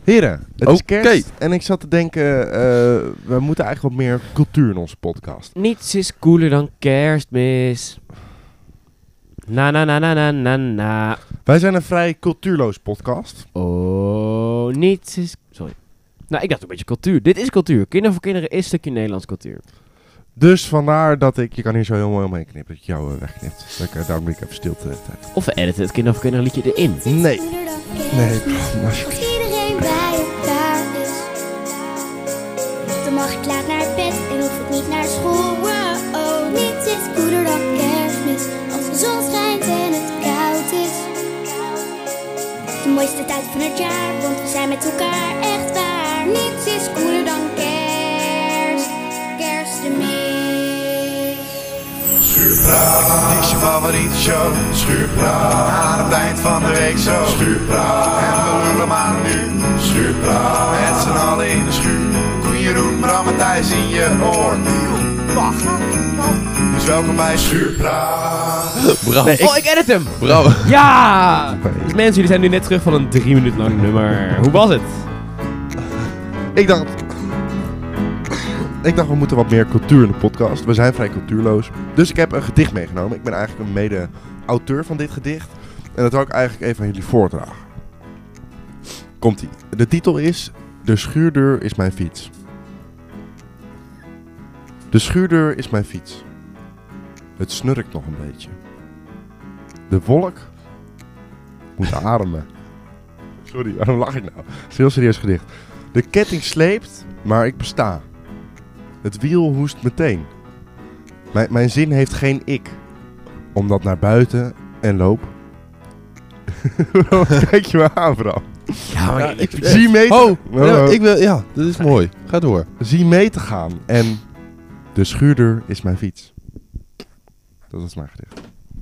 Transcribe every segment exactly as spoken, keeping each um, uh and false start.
Heren, het Oh, is kerst okay. en ik zat te denken, uh, we moeten eigenlijk wat meer cultuur in onze podcast. Niets is cooler dan kerstmis. Na na na na na na na. Wij zijn een vrij cultuurloos podcast. Oh, niets is... Sorry. Nou, ik dacht een beetje cultuur. Dit is cultuur. Kinderen voor kinderen is een stukje Nederlands cultuur. Dus vandaar dat ik, je kan hier zo heel mooi omheen knippen, dat je jou uh, wegknipt. Lekker, daarom wil ik even stilte tijd. Of we editen het Kinderen voor kinderen liedje erin. Nee. Nee, Als iedereen bij elkaar is, dan mag ik laat naar het bed en hoef ik niet naar school. Wow, oh, niets is cooler dan kerstmis. Als de zon schijnt en het koud is. De mooiste tijd van het jaar, want we zijn met elkaar echt waar. Niets is cooler dan kerst, kerstmis. Schuurpraat is je favoriete show. Schuurpraat aan het eind van de week zo. Schuurpraat en we lullen maar nu. Schuurpraat met z'n allen in de schuur. Koen Jeroen, Bram en Thijs in je oor. Wacht. Dus welkom bij Schuurpraat. Bravo. Nee, ik- Oh, ik edit hem! Bravo. Ja! Dus mensen, jullie zijn nu net terug van een drie minuten lang nummer. Hoe was het? Ik dacht, ik dacht we moeten wat meer cultuur in de podcast. We zijn vrij cultuurloos. Dus ik heb een gedicht meegenomen. Ik ben eigenlijk een mede-auteur van dit gedicht. En dat wil ik eigenlijk even aan jullie voordragen. Komt-ie. De titel is De schuurdeur is mijn fiets. De schuurdeur is mijn fiets. Het snurkt nog een beetje. De wolk moet ademen. Sorry, waarom lach ik nou? Het is een heel serieus gedicht. De ketting sleept, maar ik besta. Het wiel hoest meteen. Mijn, mijn zin heeft geen ik. Omdat naar buiten en loop. Waarom kijk je me aan, vrouw? Ja, maar Ja, ik... ik, Zie mee te, Oh, Oh, ja, oh. ik wil, ja, dat is mooi. Ga door. Zie mee te gaan. En de schuurdeur is mijn fiets. Dat is mijn gedicht.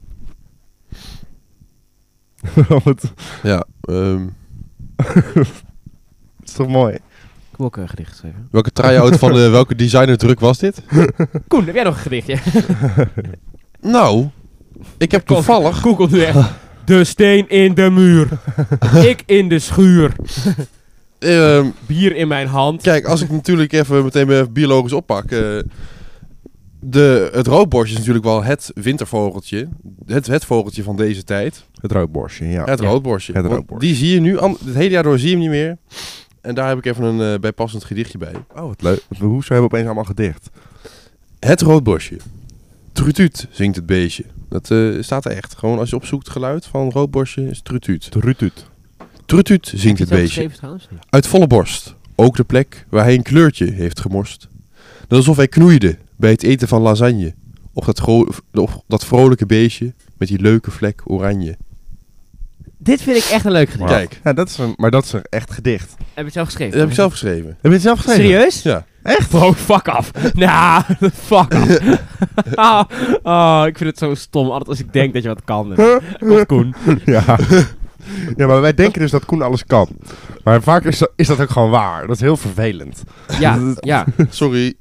Waarom het... Ja, ehm, Het is toch mooi? Ik heb ook een gedicht geschreven. welke try-out van uh, welke designerdruk was dit? Koen, heb jij nog een gedichtje? Nou, ik heb toevallig... Koen komt nu echt. De steen in de muur. Ik in de schuur. ehm, Bier in mijn hand. kijk, als ik natuurlijk even meteen even biologisch oppak... eh, de, het roodborstje is natuurlijk wel het wintervogeltje. Het, het vogeltje van deze tijd. Het roodborstje, ja. Het Ja. roodborstje. Het Want roodborstje. Die zie je nu, an- het hele jaar door zie je hem niet meer. En daar heb ik even een uh, bijpassend gedichtje bij. Oh, wat leuk. Hoezo hebben we opeens allemaal gedicht? Het roodborstje. Trutuut zingt het beestje. Dat uh, staat er echt. Gewoon als je opzoekt geluid van roodborstje is trutuut. Trutuut. Trutuut zingt het beestje. Uit volle borst. Ook de plek waar hij een kleurtje heeft gemorst. Net alsof hij knoeide bij het eten van lasagne. Op dat, gro- op dat vrolijke beestje met die leuke vlek oranje. Dit vind ik echt een leuk gedicht. Wauw. Kijk. Ja, dat is een, maar dat is een echt gedicht. Heb je het zelf geschreven? Dat heb ik zelf geschreven. Heb je het zelf geschreven? Serieus? Ja. Echt? Bro, fuck af. Nou, fuck af. oh, oh, ik vind het zo stom. Altijd als ik denk dat je wat kan. Komt Koen. Ja. Ja, maar wij denken dus dat Koen alles kan. Maar vaak is dat, is dat ook gewoon waar. Dat is heel vervelend. Ja, ja. Sorry.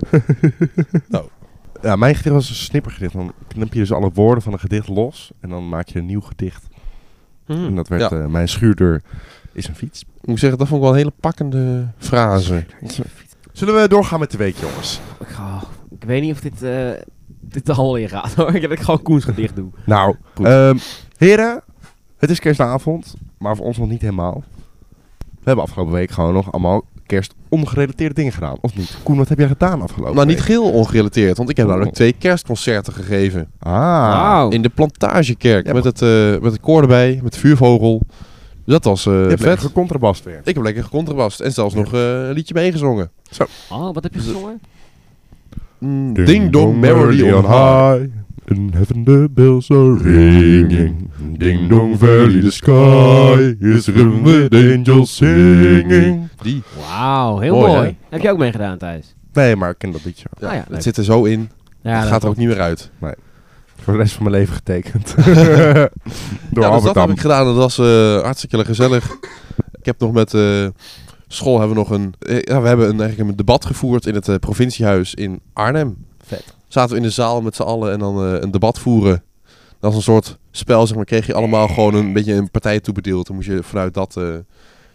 Ja, mijn gedicht was een snippergedicht. Dan knip je dus alle woorden van een gedicht los. En dan maak je een nieuw gedicht. En Hm. dat werd Ja. uh, mijn schuurdeur is een fiets. Ik moet zeggen, dat vond ik wel een hele pakkende frase. Zullen we doorgaan met de week, jongens? Ik, ga- ik weet niet of dit, uh, dit de handel in gaat hoor. Ik denk dat ik gewoon Koens gedicht doe. Nou, Goed. ehm, heren, het is kerstavond, maar voor ons nog niet helemaal. We hebben afgelopen week gewoon nog allemaal kerstongerelateerde dingen gedaan, of niet? Koen, wat heb jij gedaan afgelopen Nou, niet week? geheel ongerelateerd, want ik heb namelijk twee kerstconcerten gegeven. Ah, Wauw. In de Plantagekerk, Ja, met, het, uh, met het koor erbij, met de vuurvogel. Dat was uh, je hebt vet. lekker contrabast weer. Ik heb lekker gecontrabast en zelfs nog uh, een liedje meegezongen. Oh, wat heb je gezongen? Mm, Ding dong merrily on high. In heaven the bells are ringing. Ding dong valley the sky is rimmed with angels singing. Die. Wauw, heel Mooi, mooi. hè? Heb je ook meegedaan, Thijs? Nee, maar ik ken dat liedje. Ja, Ah ja, het leuk. zit er zo in. Ja, het dat gaat er ook niet meer uit. Voor de rest van mijn leven getekend. Door ja, dus Albert dat heb Dam. ik gedaan. Dat was uh, hartstikke gezellig. Ik heb nog met uh, school hebben we nog een, eh, ja, we hebben een, eigenlijk een debat gevoerd in het uh, provinciehuis in Arnhem. Vet. Zaten we in de zaal met z'n allen en dan uh, een debat voeren. Dat was een soort spel, zeg maar. Kreeg je allemaal gewoon een beetje een partij toebedeeld. Dan moest je vanuit dat uh,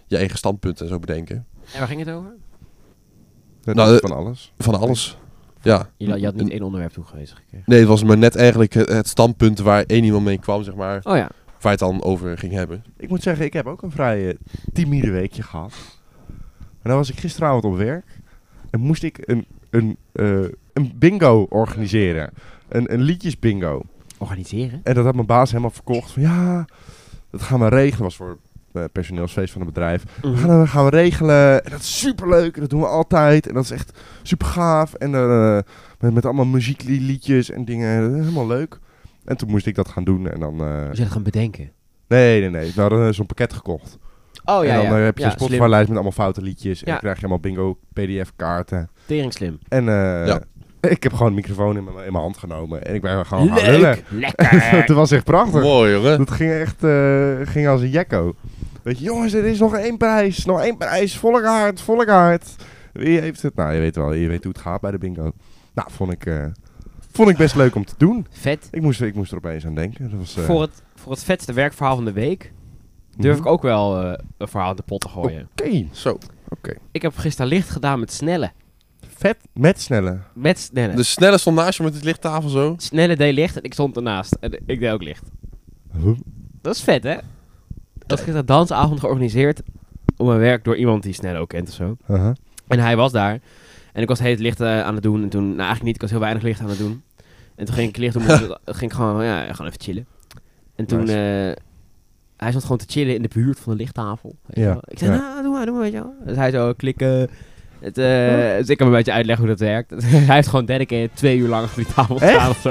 je eigen standpunten en zo bedenken. En waar ging het over? Dat Nou, is uh, van alles. Van alles. Ja. Je, je had niet één onderwerp toegewezen gekregen. Nee, het was maar net eigenlijk het, het standpunt waar één iemand mee kwam, zeg maar. Oh ja. Waar het dan over ging hebben. Ik moet zeggen, ik heb ook een vrij uh, timide weekje gehad. En dan was ik gisteravond op werk. En moest ik een, een, uh, een bingo organiseren. Een, een liedjesbingo. Organiseren? En dat had mijn baas helemaal verkocht. Van ja, dat gaan we regelen. Dat was voor het uh, personeelsfeest van het bedrijf. Mm-hmm. We gaan, dat gaan we regelen. En dat is superleuk. En dat doen we altijd. En dat is echt super gaaf. En uh, met, met allemaal muziekliedjes en dingen. Helemaal leuk. En toen moest ik dat gaan doen. En dan... Uh, Dus je gaat gaan bedenken? Nee, nee, nee. We hadden uh, zo'n pakket gekocht. Oh ja, en dan ja. uh, heb je ja, een Spotify-lijst met allemaal foute liedjes. En Ja. dan krijg je allemaal bingo P D F-kaarten. Tering slim. En uh, Ja. ik heb gewoon een microfoon in mijn, in mijn hand genomen. En ik ben gewoon gaan Leuk! lullen. Lekker! Dat was echt prachtig. Mooi, jongen. Dat ging echt uh, ging als een jekko. Weet je, jongens, er is nog één prijs. Nog één prijs. Volle kaart, volle kaart. Wie heeft het? Nou, je weet wel. Je weet hoe het gaat bij de bingo. Nou, vond ik, uh, vond ik best leuk om te doen. Vet. Ik moest, ik moest er opeens aan denken. Dat was, uh, Voor, het, voor het vetste werkverhaal van de week durf mhm. ik ook wel uh, een verhaal in de pot te gooien. Oké. Okay. Zo. Oké. Okay. Ik heb gisteren licht gedaan met Snelle. Vet met Snelle. Met Snelle. De Snelle stond naast je met het lichttafel zo. Snelle deed licht en ik stond ernaast. En ik deed ook licht. Huh? Dat is vet, hè? Dat is gisteren een dansavond georganiseerd op mijn werk door iemand die Snelle ook kent of zo. Uh-huh. En hij was daar. En ik was het hele licht uh, aan het doen. En toen, nou eigenlijk niet, ik was heel weinig licht aan het doen. En toen ging ik licht doen, moest, ging ik gewoon, ja, gewoon even chillen. En toen, Nice. uh, hij zat gewoon te chillen in de buurt van de lichttafel. Weet je Ja, wel. Ik zei, ja. nou, doe maar, doe maar, weet je wel. Dus hij zo klikken. Het, uh, dus ik kan hem een beetje uitleggen hoe dat werkt. Hij heeft gewoon dedicated twee uur lang op die tafel gestaan of zo.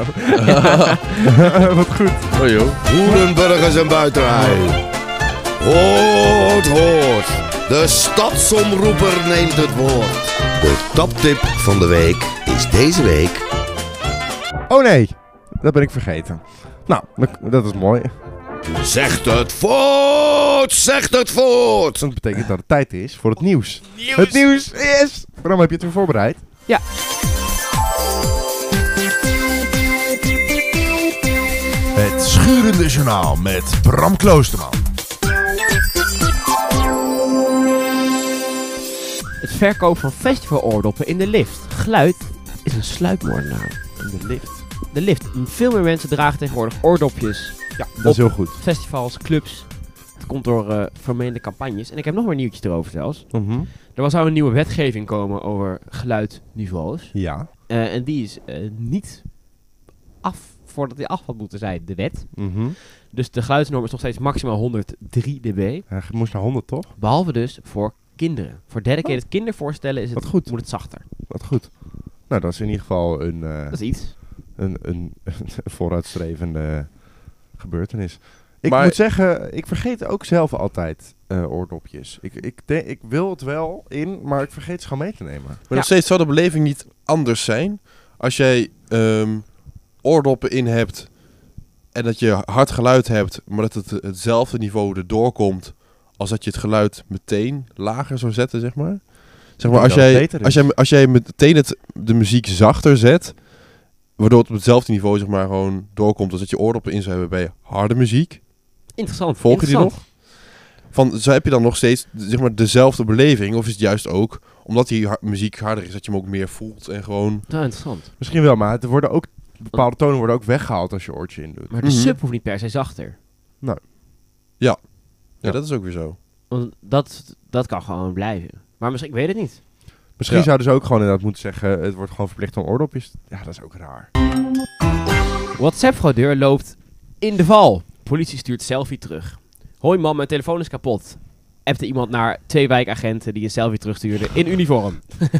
Wat goed. Oh joh. Hoerenburgers en buitenrij. Hoort, hoort. De stadsomroeper neemt het woord. De toptip van de week is deze week... Oh nee, dat ben ik vergeten. Nou, dat- dat is mooi. Zegt het voort, zegt het voort. Dat betekent dat het tijd is voor het nieuws. Het nieuws is... Waarom heb je het weer voorbereid? Ja. Het Schurende Journaal met Bram Kloosterman. Het verkoop van festival-oordoppen in de lift. Geluid is een sluipmoordenaar. In de lift. De lift. Veel meer mensen dragen tegenwoordig oordopjes. Ja, dat is heel goed. Festivals, clubs. Het komt door uh, vermeende campagnes. En ik heb nog meer nieuwtjes erover zelfs. Mhm. Er zou een nieuwe wetgeving komen over geluidniveaus. Ja. Uh, en die is uh, niet af voordat die af had moeten zijn, de wet. Mhm. Dus de geluidsnorm is nog steeds maximaal honderddrie decibel. Hij moest naar honderd, toch? Behalve dus voor kinderen. Voor dedicated kindervoorstellen is het, Wat goed. moet het zachter. Wat goed. Nou, dat is in ieder geval een, uh, Dat is iets. een, een, een vooruitstrevende gebeurtenis. Ik Maar- moet zeggen, ik vergeet ook zelf altijd uh, oordopjes. Ik, ik, de, ik wil het wel in, maar ik vergeet ze gewoon mee te nemen. Maar Ja. nog steeds zou de beleving niet anders zijn als jij ehm, oordoppen in hebt en dat je hard geluid hebt, maar dat het hetzelfde niveau erdoor komt als dat je het geluid meteen lager zou zetten, zeg maar. Zeg maar, denk als dat het jij, beter is. als jij, als jij meteen het, de muziek zachter zet, waardoor het op hetzelfde niveau, zeg maar, gewoon doorkomt als dat je oordoppen in zou hebben bij harde muziek. Interessant. Volg je die nog? interessant. Van, zo heb je dan nog steeds, zeg maar, dezelfde beleving, of is het juist ook, omdat die har- muziek harder is, dat je hem ook meer voelt en gewoon... Ja, interessant. Misschien wel, maar er worden ook, bepaalde tonen worden ook weggehaald als je oortje in doet. Maar de Mhm. sub hoeft niet per se zachter. Ja, Ja. dat is ook weer zo. Want dat, dat kan gewoon blijven. Maar misschien, ik weet het niet. Misschien Ja. zouden ze ook gewoon inderdaad moeten zeggen, het wordt gewoon verplicht om oordopjes. Ja, dat is ook raar. WhatsApp-fraudeur loopt in de val. Politie stuurt selfie terug. Hoi man, mijn telefoon is kapot. Appte iemand naar twee wijkagenten die een selfie terugstuurden in uniform.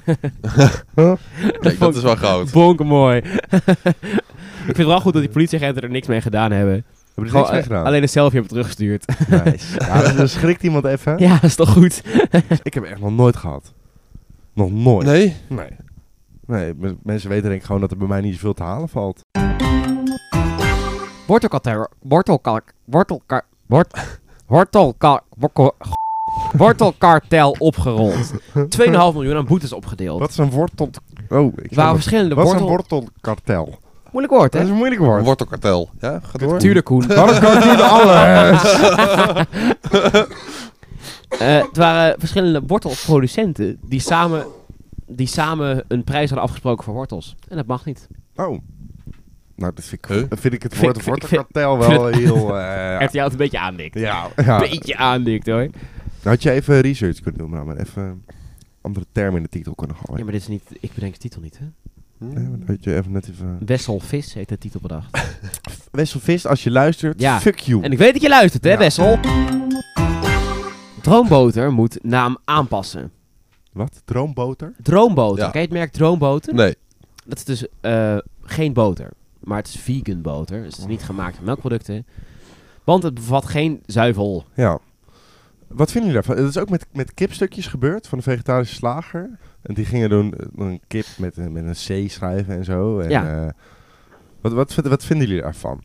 Kijk, dat is wel goud. Bonken mooi. Ik vind het wel goed dat die politieagenten er niks mee gedaan hebben. Hebben er Gewoon, niks mee eh, gedaan? alleen een selfie hebben teruggestuurd. Nice. Ja, dan schrikt iemand even. Ja, dat is toch goed? Ik heb het echt nog nooit gehad. Nog nooit. Nee? Nee. Nee, m- mensen weten denk ik gewoon dat er bij mij niet zoveel te halen valt. Wortelkartel. Wortelkar. Wortelkar. Wort. Wortelkar. wortel- Wortelkartel opgerold. twee komma vijf miljoen aan boetes opgedeeld. Wat is een wortel... Oh, ik Er snap waren het. verschillende Wat is een wortel... wortelkartel? Moeilijk woord, Dat is hè? een moeilijk woord. Wortelkartel. Ja, ga door. Tuurlijk, Koen. Waarom kan ik doen alles? Uh, het waren verschillende wortelproducenten die samen, die samen een prijs hadden afgesproken voor wortels. En dat mag niet. Oh. Nou, dat vind ik, Huh? vind ik het Vind- woord vind- wortelkartel vind- wel heel... Uh, Heeft hij altijd een beetje aandikt. ja, ja. Een beetje aandikt hoor. Nou, had je even research kunnen doen, maar, maar even andere termen in de titel kunnen gooien. Ja, maar dit is niet... Ik bedenk de titel niet, hè? Nee, maar had je even net even... Wessel Vis heeft de titel bedacht. Wessel Vis, als je luistert, Ja. fuck you. En ik weet dat je luistert, hè, Ja. Wessel? Droomboter moet naam aanpassen. Wat? Droomboter? Droomboter. Ja. Ken je het merk Droomboter? Nee. Dat is dus uh, geen boter. Maar het is vegan boter. Dus het is niet gemaakt van melkproducten. Want het bevat geen zuivel. Ja. Wat vinden jullie daarvan? Dat is ook met, met kipstukjes gebeurd van de vegetarische slager. En die gingen doen uh, een kip met, uh, met een C schrijven en zo. En, Ja. uh, wat, wat, wat vinden jullie daarvan?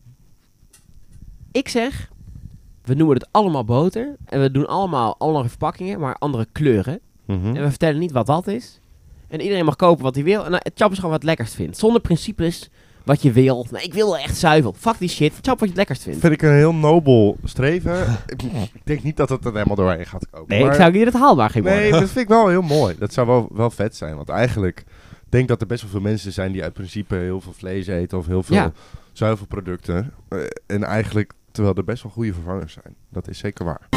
Ik zeg, we noemen het allemaal boter. En we doen allemaal andere verpakkingen, maar andere kleuren. Mm-hmm. En we vertellen niet wat dat is. En iedereen mag kopen wat hij wil. En dan chap is gewoon wat het lekkerst vindt. Zonder principes wat je wil. Nou, ik wil wel echt zuivel. Fuck die shit. Chap wat je het lekkerst vindt. Vind ik een heel nobel streven. ik, ik denk niet dat het er helemaal doorheen gaat komen. Nee, maar- ik zou niet dat het haalbaar ging worden. Nee, dat vind ik wel heel mooi. Dat zou wel, wel vet zijn. Want eigenlijk denk ik dat er best wel veel mensen zijn die uit principe heel veel vlees eten of heel veel Ja. zuivelproducten. Uh, en eigenlijk, terwijl er best wel goede vervangers zijn. Dat is zeker waar.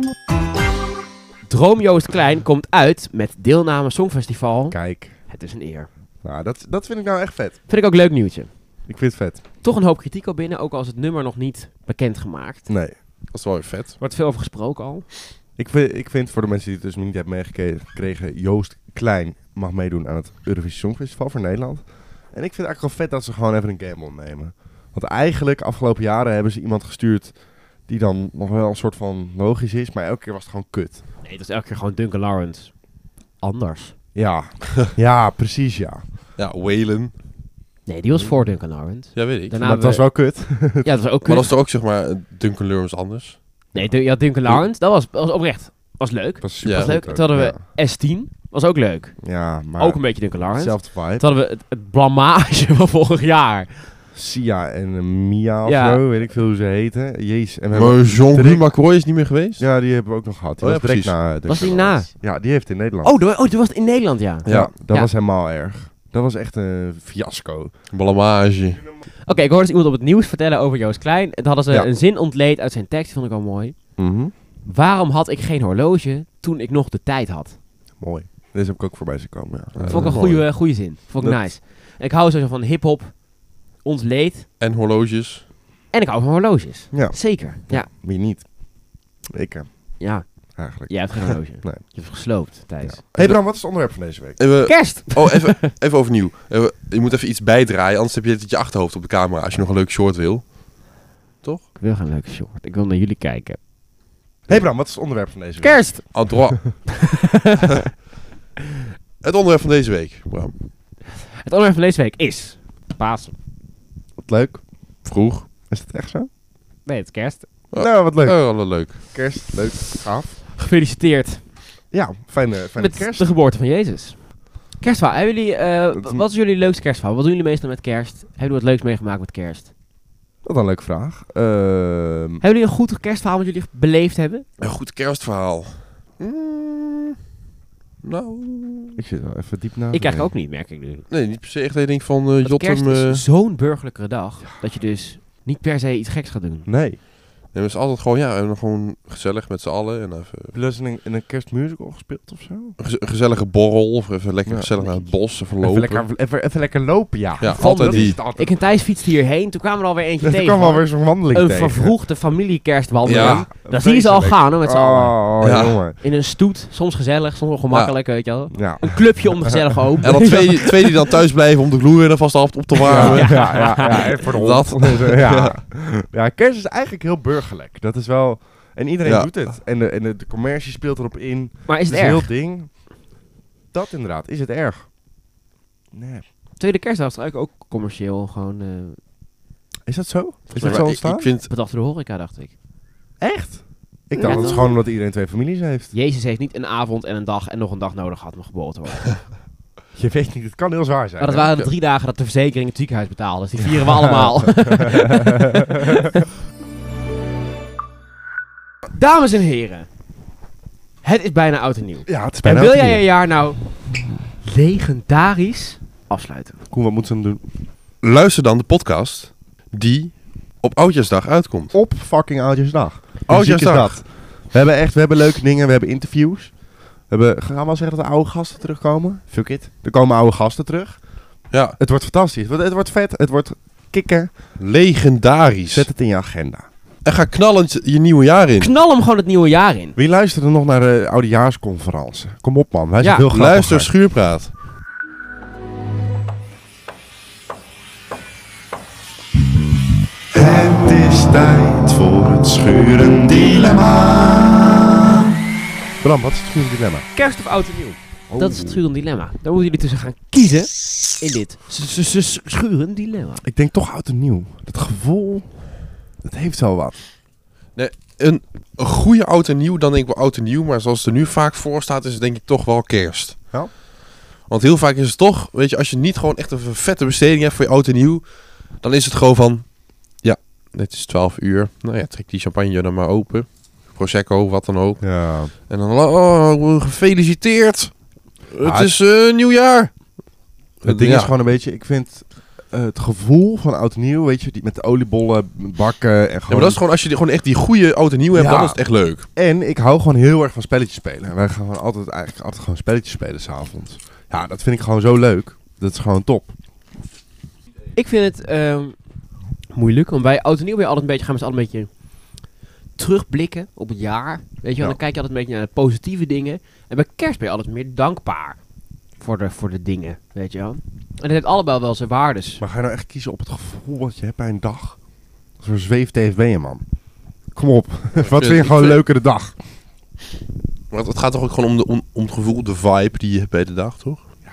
Droom Joost Klein komt uit met deelname Songfestival. Kijk, Het is een eer. nou, dat, dat vind ik nou echt vet. Vind ik ook een leuk nieuwtje. Ik vind het vet. Toch een hoop kritiek al binnen, ook al is het nummer nog niet bekendgemaakt. Er Nee. Dat is wel weer vet. wordt veel over gesproken al. Ik vind, ik vind voor de mensen die het dus nog niet hebben meegekregen, Joost Klein mag meedoen aan het Eurovisie Songfestival voor Nederland. En ik vind het eigenlijk wel vet dat ze gewoon even een gamble nemen. Want eigenlijk, afgelopen jaren hebben ze iemand gestuurd die dan nog wel een soort van logisch is, maar elke keer was het gewoon kut. Nee, dat is elke keer gewoon Duncan Lawrence. Anders. Ja, ja, precies ja. Ja, Waylon. Nee, die was voor Duncan Lawrence. Ja, weet ik. Daarna Maar het was wel kut. Ja, dat was ook Maar dat kut. is toch ook, zeg maar, Duncan Lawrence anders? Nee, Dun- ja, Duncan Lawrence, dat was, was oprecht. Was leuk. was Ja, was leuk. goed Toen hadden ook, we S tien. Was ook leuk. Ja, ja maar ook een beetje Duncan Lawrence. hetzelfde vibe. Toen hadden we het, het blamage van vorig jaar. Sia en uh, Mia of Ja. zo, weet ik veel hoe ze heten. Jezus. En we hebben Maar Jean-Louis direct- Macroy is niet meer geweest? Ja, die hebben we ook nog gehad. Die Oh, was ja, direct precies. na. Duncan Was die Lawrence. Ja, die heeft in Nederland. Oh, de, oh, dat was het in Nederland, ja. Ja, Ja. dat Ja. was helemaal erg. Dat was echt een fiasco. Blamage. Oké, ik hoorde dus iemand op het nieuws vertellen over Joost Klein. En toen hadden ze Ja. een zin ontleed uit zijn tekst. Die vond ik wel mooi. Mhm. Waarom had ik geen horloge toen ik nog de tijd had? Mooi. Deze heb ik ook voorbij zien komen. Ja. Ja. Vond ik een mooi. goede, goede zin. Vond ik Dat- nice. En ik hou zo van hip-hop, ontleed. En horloges. En ik hou van horloges. Ja. Zeker. Ja. Wie niet? Ik eh, Ja. eigenlijk. Jij hebt geen horloge. Nee. Je hebt gesloopt, Thijs. Ja. Hey Bram, wat is het onderwerp van deze week? Even, Kerst! oh, even, even overnieuw. Even, je moet even iets bijdraaien, anders heb je het je achterhoofd op de camera als je nog een leuk short wil. Toch? Ik wil geen leuke short. Ik wil naar jullie kijken. Hey Bram, wat is het onderwerp van deze week? Kerst! En droit. Het onderwerp van deze week, Bram. Het onderwerp van deze week is... Pasen. Wat leuk. Vroeg. Is dat echt zo? Nee, het is kerst. Ja. Nou, wat leuk. Oh, wel leuk. Kerst, leuk, gaaf. Gefeliciteerd Ja, fijne, fijne met kerst. de geboorte van Jezus. Kerstverhaal. Hebben jullie, eh, Dat is- wat is jullie leukste kerstverhaal? Wat doen jullie meestal met kerst? Hebben jullie wat leuks meegemaakt met kerst? Wat een leuke vraag. Ehm, Hebben jullie een goed kerstverhaal wat jullie beleefd hebben? Een goed kerstverhaal. Mm, nou... ik zit wel even diep na. te Ik krijg denken. ook niet, merk ik nu. Nee, niet per se echt dat je denkt van... Uh, Want Jotem... kerst eh, is zo'n burgerlijke dag, dat je dus niet per se iets geks gaat doen. Nee. nee, het is altijd gewoon, ja, en dan gewoon gezellig met z'n allen. En even Heb je wel eens in een, in een kerstmusical gespeeld of zo? een, gez- een gezellige borrel. Of even lekker Ja. gezellig naar het bos. Even Even lopen. lekker, even, even lekker lopen, ja. Ja, Van altijd de- die. Ik en Thijs fietsten hierheen, toen kwamen er alweer eentje Er tegen. kwam wel weer zo'n wandeling Een tegen. vervroegde familiekerstwandeling. Ja. Daar zie je ze al Vreselijk. gaan hoor, met z'n allen. Oh, Ja. jongen. In een stoet, soms gezellig, soms ongemakkelijk, weet je wel. Ja. Een clubje om de gezellige hoop. En dan twee, twee die dan thuis blijven om de gloeier er vast op, op te warmen. Ja, ja, ja, ja, en voor de Dat. hond. ja. Ja, kerst is eigenlijk heel burgerlijk. Dat is wel... En iedereen Ja. doet het. En de, en de, de commercie speelt erop in. Maar is Het het is een erg? heel ding. Dat inderdaad. Is het erg? Nee. Tweede kerstdag is eigenlijk ook commercieel gewoon uh, Is dat zo? Is Maar dat zo ik, ontstaan? ik vind... bedacht door de horeca, dacht ik. Echt? Ik Ja, dacht dat dan- het gewoon omdat iedereen twee families heeft. Jezus heeft niet een avond en een dag en nog een dag nodig gehad om geboren te worden. Je weet niet, het kan heel zwaar zijn. Maar dat hè? waren de drie dagen dat de verzekering het ziekenhuis betaalde. Dus die vieren we allemaal. Dames en heren. Het is bijna oud en nieuw. Ja, het is En bijna wil oud en jij nieuw. je jaar nou legendarisch afsluiten? Koen, wat moeten ze dan doen? Luister dan de podcast die op Oudjaarsdag uitkomt. Op fucking Oudjaarsdag. Oudjaarsdag. Hoe ziek is dat? We hebben echt, we hebben leuke dingen, we hebben interviews. We hebben, gaan we wel zeggen dat er oude gasten terugkomen? Fuck it. Er komen oude gasten terug. Ja, Het wordt fantastisch. Het, het wordt vet. Het wordt kicken. legendarisch. Zet het in je agenda. En ga knallend je nieuwe jaar in. Knal hem gewoon het nieuwe jaar in. Wie luistert er nog naar de oudejaarsconferentie? Kom op man, wij zijn Ja, veel grappiger. Luister Schuurpraat. Het is tijd voor het schuren dilemma. Bram, wat is het goede dilemma? Kerst of oud en nieuw? Dat is het schurend dilemma. Daar moeten jullie tussen gaan kiezen in dit s- s- s- schurend dilemma. Ik denk toch oud en nieuw. Dat gevoel, dat heeft wel wat. Een, een goede oud en nieuw, dan denk ik wel oud en nieuw. Maar zoals het er nu vaak voor staat, is het denk ik toch wel kerst. Ja. Want heel vaak is het toch, weet je, als je niet gewoon echt een vette besteding hebt voor je oud en nieuw, dan is het gewoon van, ja, het is twaalf uur. Nou ja, trek die champagne dan maar open. Prosecco, wat dan ook. Ja. En dan, oh, gefeliciteerd. Ah, Het is uh, nieuwjaar. Het ding Ja. is gewoon een beetje, ik vind uh, het gevoel van oud en nieuw, weet je, die met de oliebollen bakken en Ja, gewoon... maar dat is gewoon, als je die, gewoon echt die goede oud en nieuw hebt, Ja. dan is het echt leuk. En ik hou gewoon heel erg van spelletjes spelen. En wij gaan gewoon altijd, eigenlijk altijd gewoon spelletjes spelen s'avonds. Ja, dat vind ik gewoon zo leuk. Dat is gewoon top. Ik vind het ehm, moeilijk, want bij oud en nieuw ben je altijd een beetje, gaan we altijd een beetje terugblikken op het jaar. Weet je wel, Ja. dan kijk je altijd een beetje naar de positieve dingen. En bij kerst ben je altijd meer dankbaar voor de, voor de dingen, weet je wel. En dat heeft allebei wel zijn waardes. Maar ga je nou echt kiezen op het gevoel wat je hebt bij een dag? Zo'n zweef-T F B, man. Kom op. Wat vind je gewoon een leukere dag? Want het gaat toch ook gewoon om, de, om, om het gevoel, de vibe die je hebt bij de dag, toch? Ja.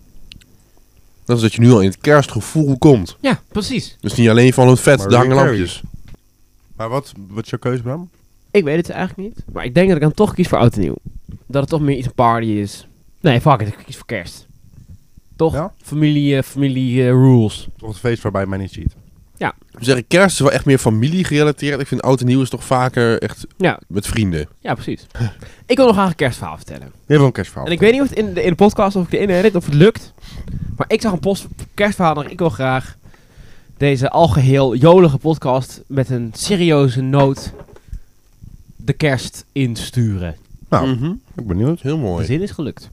Dat is dat je nu al in het kerstgevoel komt. Ja, precies. Dus niet alleen van het vet, de Mariah Carey. hanglampjes. Maar wat, wat is jouw keuze, Bram? Ik weet het eigenlijk niet. Maar ik denk dat ik dan toch kies voor oud en nieuw. Dat het toch meer iets een party is. Nee, fuck it. Ik kies voor kerst. Toch? Ja? Familie, uh, familie uh, rules. Toch het feest waarbij mij niet ziet. We zeggen kerst is wel echt meer familie gerelateerd. Ik vind oud en nieuw is toch vaker echt Ja, met vrienden. ja precies. Ik wil nog graag een kerstverhaal vertellen. Je hebt wel een kerstverhaal. En ik weet niet of het in de, in de podcast of ik erin edit of het lukt. Maar ik zag een post kerstverhaal en ik wil graag deze algeheel jolige podcast met een serieuze noot de kerst insturen. Nou, Mhm. ik ben benieuwd. Heel De mooi. zin is gelukt.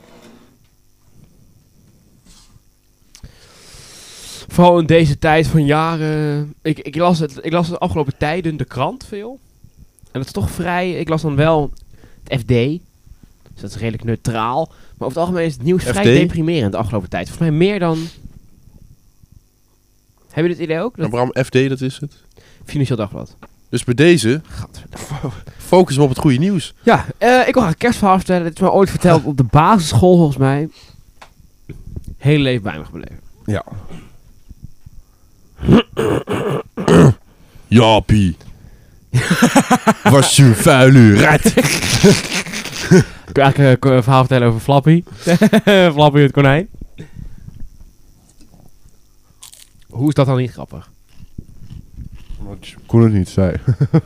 Vooral in deze tijd van jaren. Ik, ik, las het, ik las het afgelopen tijden de krant veel. En dat is toch vrij. Ik las dan wel het F D. Dus dat is redelijk neutraal. Maar over het algemeen is het nieuws vrij F D? deprimerend de afgelopen tijd. Volgens mij meer dan. Heb je dit idee ook? Dat Abraham F D, dat is het. Financieel Dagblad. Dus bij deze, Gadverdamme. focus hem op het goede nieuws. Ja, eh, ik wil graag een kerstverhaal vertellen. Dit is mij ooit verteld op de basisschool volgens mij. Hele leven bij me gebleven. Ja. Jaapie. Was je een vuile rat. Ik wil eigenlijk een verhaal vertellen over Flappy. Flappy het konijn. Hoe is dat dan niet grappig? Wat Koen het niet zei.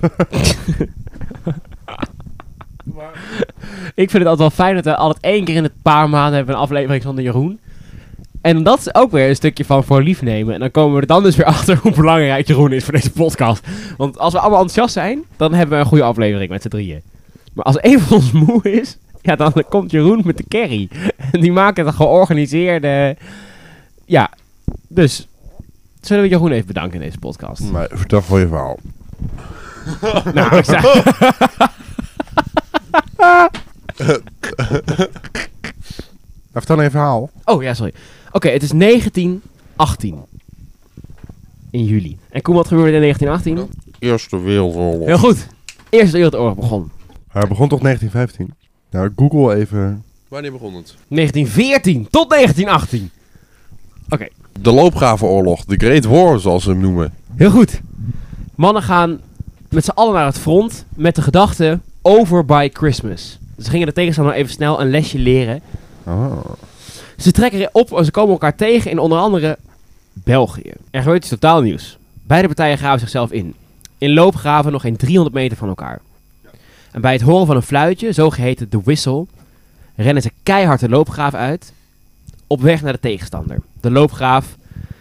Ik vind het altijd wel fijn dat we altijd één keer in het paar maanden hebben een aflevering van de Jeroen. En dat is ook weer een stukje van voor lief nemen. En dan komen we er dan dus weer achter hoe belangrijk Jeroen is voor deze podcast. Want als we allemaal enthousiast zijn, dan hebben we een goede aflevering met z'n drieën. Maar als één van ons moe is, ja, dan komt Jeroen met de carry. En die maken een georganiseerde... Ja, dus... Zullen we Jeroen even bedanken in deze podcast? Maar vertel gewoon je verhaal. Nou, ik zeg... Maar vertel nou je verhaal. Oh ja, sorry. Oké, het is negentien achttien. In juli. En Koen, wat gebeurde in negentien achttien? Eerste Wereldoorlog. Heel goed. Eerste Wereldoorlog begon. Hij begon toch negentien vijftien? Nou, Google even. Wanneer begon het? negentien veertien tot negentien achttien. Oké, De loopgravenoorlog. De Great War, zoals ze hem noemen. heel goed. Mannen gaan met z'n allen naar het front met de gedachte over by Christmas. Ze gingen de tegenstander even snel een lesje leren. Oh. Ze trekken erop en ze komen elkaar tegen in onder andere België. Er gebeurt iets totaal nieuws. Beide partijen graven zichzelf in. In loopgraven nog geen driehonderd meter van elkaar. En bij het horen van een fluitje, zogeheten de whistle, rennen ze keihard de loopgraaf uit, op weg naar de tegenstander. De loopgraaf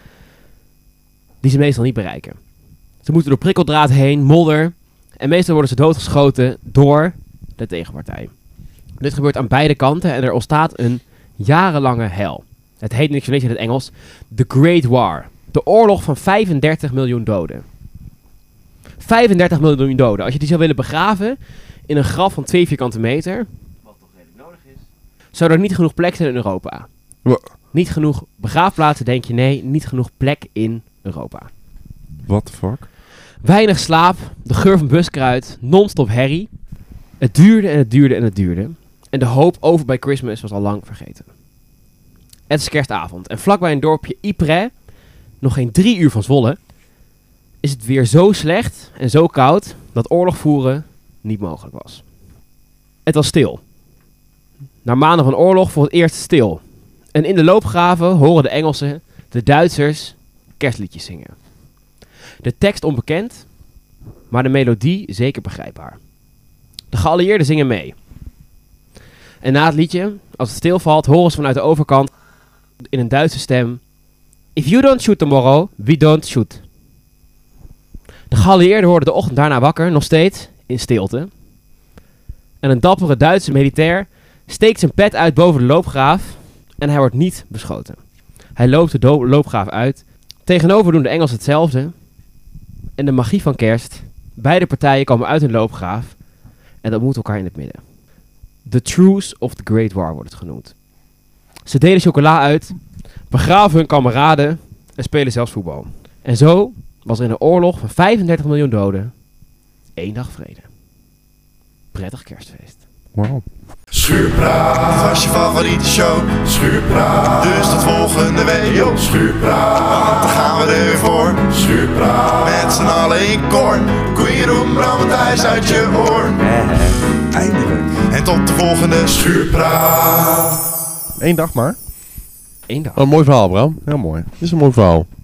die ze meestal niet bereiken. Ze moeten door prikkeldraad heen, modder, en meestal worden ze doodgeschoten door de tegenpartij. Dit gebeurt aan beide kanten en er ontstaat een jarenlange hel. Het heet niks in het Engels The Great War. De oorlog van vijfendertig miljoen doden. vijfendertig miljoen doden. Als je die zou willen begraven in een graf van twee vierkante meter, wat toch redelijk nodig is, zou er niet genoeg plek zijn in Europa. Wa- Niet genoeg begraafplaatsen, denk je? Nee, niet genoeg plek in Europa. What the fuck? Weinig slaap, de geur van buskruid, non-stop herrie. Het duurde en het duurde en het duurde. En de hoop over bij Christmas was al lang vergeten. Het is kerstavond en vlakbij een dorpje Ypres, nog geen drie uur van Zwolle, is het weer zo slecht en zo koud dat oorlog voeren niet mogelijk was. Het was stil. Na maanden van oorlog voor het eerst stil. En in de loopgraven horen de Engelsen, de Duitsers, kerstliedjes zingen. De tekst onbekend, maar de melodie zeker begrijpbaar. De geallieerden zingen mee. En na het liedje, als het stilvalt, horen ze vanuit de overkant in een Duitse stem: If you don't shoot tomorrow, we don't shoot. De geallieerden worden de ochtend daarna wakker, nog steeds in stilte. En een dappere Duitse militair steekt zijn pet uit boven de loopgraaf en hij wordt niet beschoten. Hij loopt de do- loopgraaf uit. Tegenover doen de Engelsen hetzelfde. En de magie van kerst. Beide partijen komen uit hun loopgraaf en dat moet elkaar in het midden. The Truce of the Great War wordt het genoemd. Ze delen chocola uit, begraven hun kameraden en spelen zelfs voetbal. En zo was er in een oorlog van vijfendertig miljoen doden één dag vrede. Prettig kerstfeest. Wow. Schuurpraat, dit was je favoriete show. Schuurpraat, dus tot volgende week. Yo, Schuurpraat, want dan gaan we er weer voor. Schuurpraat, met z'n allen in koor. Koeien roem, Bram, Thijs uit je oor. Eindelijk. En tot de volgende Schuurpraat. Eén dag maar. Eén dag. Een mooi verhaal, Bram. Heel mooi. Dit is een mooi verhaal.